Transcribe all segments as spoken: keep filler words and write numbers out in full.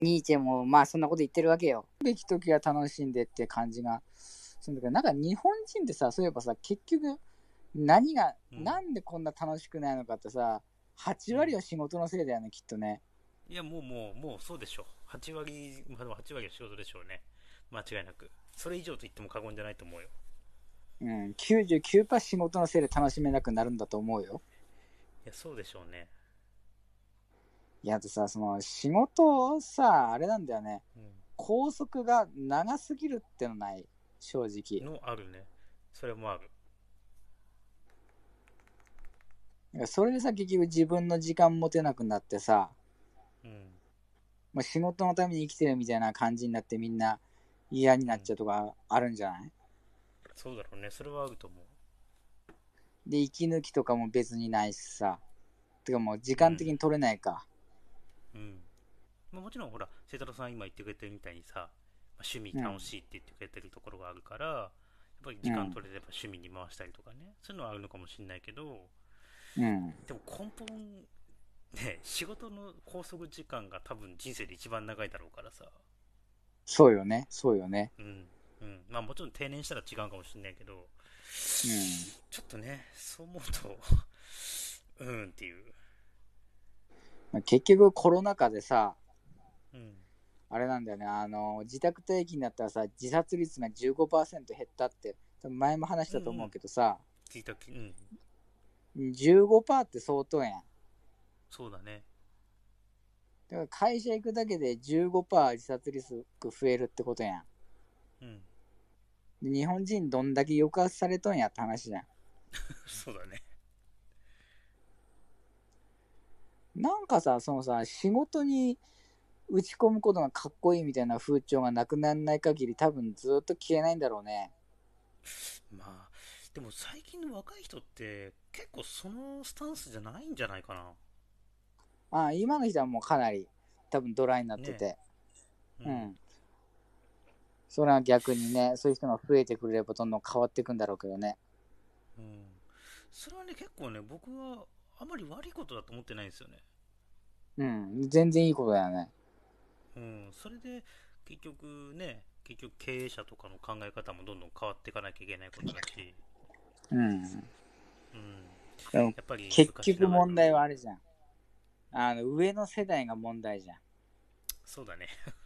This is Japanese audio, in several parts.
ニーチェもまあそんなこと言ってるわけよ。べき時は楽しんでって感じがするんだけど、なんか日本人ってさ、そういえばさ、結局何が、 うん。 なんでこんな楽しくないのかってさ、はちうん。 割は仕事のせいだよね、きっとね。 いや、もうもう、もうそうでしょう。はち割、まあでもはち割は仕事でしょうね。間違いなく。それ以上と言っても過言じゃないと思うよ。 うん、きゅうじゅうきゅうパーセント仕事のせいで楽しめなくなるんだと思うよ。 いや、そうでしょうね。 いや、あとさ、その仕事をさ、あれなんだよね。 う拘束が長すぎるってのない、正直。 ん。のあるね。それもある。 それでさ、結局自分の時間持てなくなってさ、 うん。 もう仕事のために生きてるみたいな感じになってみんな嫌にうん。 なっちゃうとかあるんじゃない？ そうだろうね。それはあると思で、息抜きとかも別にないしさ。てかもう時う。うん。 間的に取れないか。 うん。まあ、もちろんほら、清太郎さん今言ってくれてるみたいにさ、まあ、趣味うん。 楽しいって言ってくれてるところがあるから、やっぱり時間うん。 取れれば趣味に回したりとかね。そういうのはあるのかもしれないけど、 うん。 でも根本、ね、仕事の拘束時間が多分人生で一番長いだろうからさ。 そうよね。そうよね。 うん。うん。まあもちろん定年したら違うかもしれないけど、 うん。 ちょっとね、そう思うとうんっていう。 まあ、結局コロナ禍でさ、 うん。 あれなんだよね。あの、自宅待機になったらさ、自殺率がじゅうごパーセント減ったって、多分前も話したと思ううんうん。 けどさ、 聞いたき、うん。 じゅうごパーセントって相当やん。 そうだね。 だから会社行くだけでじゅうごパーセント自殺リスク増えるってことやん。 うん。 で日本人どんだけ抑圧されとんやって話じゃん。 そうだね。 なんかさ、そのさ、仕事に打ち込むことがかっこいいみたいな風潮がなくならない限り多分ずっと消えないんだろうね。 まあ、でも最近の若い人って結構そのスタンスじゃないんじゃないかな。 ああ、今の人はもうかなり多分ドライになってねて。 え。うん。 うん。それは逆にね、そういう人が増えてくれればどんどん変わっていくんだろうけどね。 うん。それはね、結構ね、僕はあまり悪いことだと思ってないんですよね。 うん。全然いいことだよね。 うん。それで、結局ね、結局経営者とかの考え方もどんどん変わっていかなきゃいけないことだし、 うん。 うん。 でもやっぱり結昔ながらの、 局問題はあれじゃん。あの、上の世代が問題じゃん。 そうだね。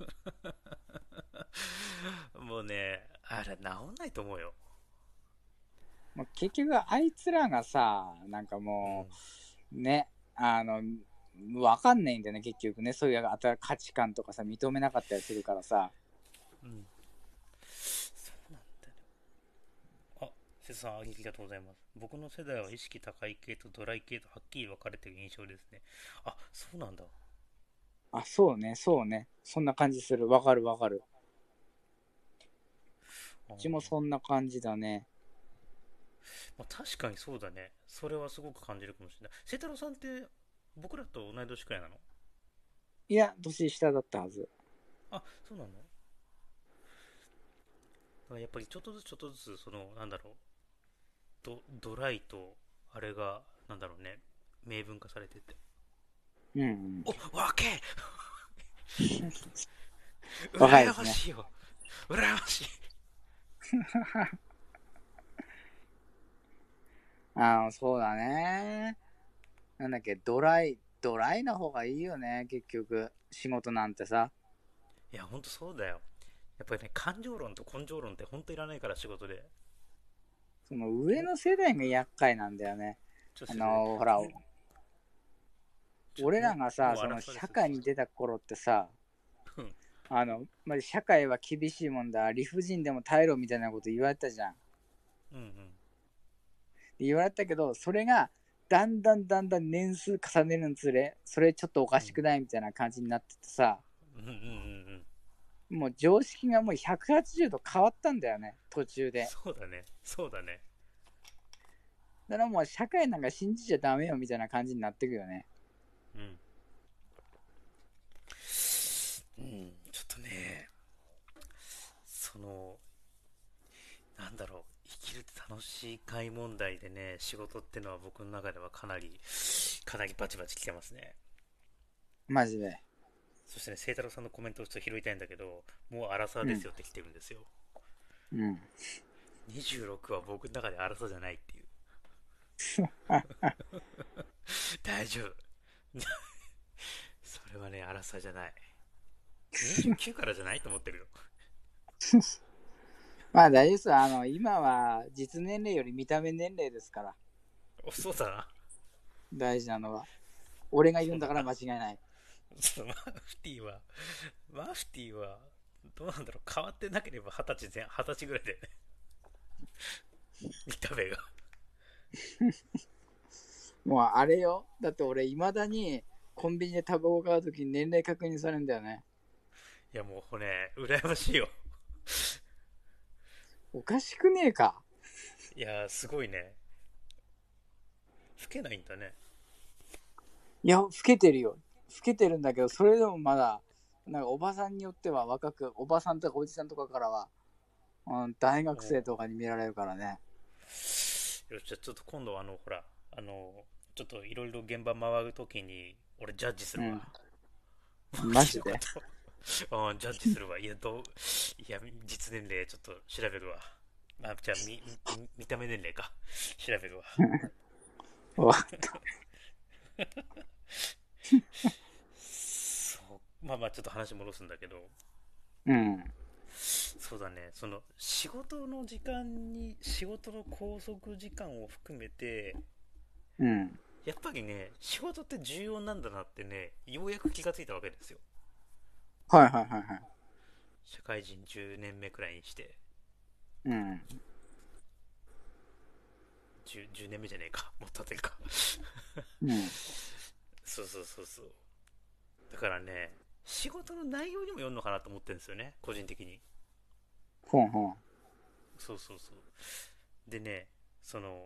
もうね、あれ治んないと思うよ。 もう結局あいつらがさ、なんかうん。 もう、ね、あの、わかんないんだよね、結局ね。そういう価値観とかさ、認めなかったりするからさ。 うん。そうなんだよね。あ、瀬戸さん、ありがとうございます。僕の世代は意識高い系とドライ系とはっきり分かれてる印象ですね。あ、そうなんだ。 あ、そうね、そうね。そんな感じする。わかるわかる。 あー、 うちもそんな感じだね。 まあ、確かにそうだね。それはすごく感じるかもしれない。清太郎さんって僕らと同い年くらいなの？ いや、年下だったはず。 あ、そうなの？だからやっぱりちょっとずつちょっとずつ、その、なんだろう、ド、ドライと、あれが、なんだろうね、明文化されてて。 うん、うん。 お、わけ羨若いですね。 ましいよ。羨ましい。 ああ、そうだね。なんだっけ、ドライ、ドライな方がいいよね、結局。仕事なんてさ。 いや、ほんとそうだよ。やっぱりね、感情論と根性論ってほんといらないから仕事で。 その上お、 の世代が厄介なんだよね。 ちょっとあ先生、 のー、ほら、俺ちょもらがさ、 うもうその争われすぎて。 社会に出た頃ってさ、 うん。 あの、まあ、社会は厳しいもんだ、理不尽でも耐えろみたいなこと言われたじゃん。 うんうん。 言われたけど、それがだんだんだんだん年数重ねるにつれ、それちょっとおかうんしくないみたいな感じになっててさ、 うんうんうんうん。 もう常識がもうひゃくはちじゅうど変わったんだよね、途中で。 そうだね。そうだね。 だからもう社会なんか信じちゃダメよみたいな感じになってくよね。 うん。うん。ちょっとね、その、なんだろう。生きるって楽しいかい問題でね、仕事ってのは僕の中ではかなり、かなりバチバチきてますね。 マジで。 そしてね、聖太郎さんのコメントをちょっと拾いたいんだけど、もうアラサーうん。 ですよって来てるんですよ。 うん。 にじゅうろくは僕の中でアラサーじゃないっていう。大丈夫。それはね、アラサーじゃない。にじゅうきゅうからじゃないと思ってるよ。 まあ大丈夫です。あの、今は実年齢より見た目年齢ですから、 お、そうだな。 大事なのは。俺が言うんだからそうだな。 間違いない。 そのマフティーは、マフティーは、どうなんだろう、変わってなければ二十歳前、二十歳ぐらいで、ね、見た目が。 もうあれよ。だって俺、いまだにコンビニでタバコ買うときに年齢確認されるんだよね。 いやもうね、羨ましいよ。 おかしくねえか。 いや、すごいね。老けないんだね。 いや、老けてるよ。老けてるんだけど、それでもまだ、なんかおばさんによっては若く、おばさんとかおじさんとかからは、うん、大学生とかに見られるからね。 よし、じゃあちょっと今度あの、ほら、あの、ちょっといろいろ現場回るときに、俺ジャッジするわ。 うん。 マフティーマジで。 のこと。うん、ジャッジするわ。いや、どう、いや、実年齢ちょっと調べるわ。あ、じゃあ、み、み見た目年齢か。調べるわ。 わそう。まあまあ、ちょっと話戻すんだけど、 うん。 そうだね、その、仕事の時間に、仕事の拘束時間を含めて、 うん。 やっぱりね、仕事って重要なんだなってね、ようやく気がついたわけですよ。 はいはいはいはい。 社会人じゅうねんめくらいにして、 うん。 じゅう、じゅうねんめじゃねえか。もっと経ってるか。 うん。 そうそうそうそう。だからね、仕事の内容にもよるのかなと思ってるんですよね、個人的に。 ほんほん。 そうそうそう。でね、その、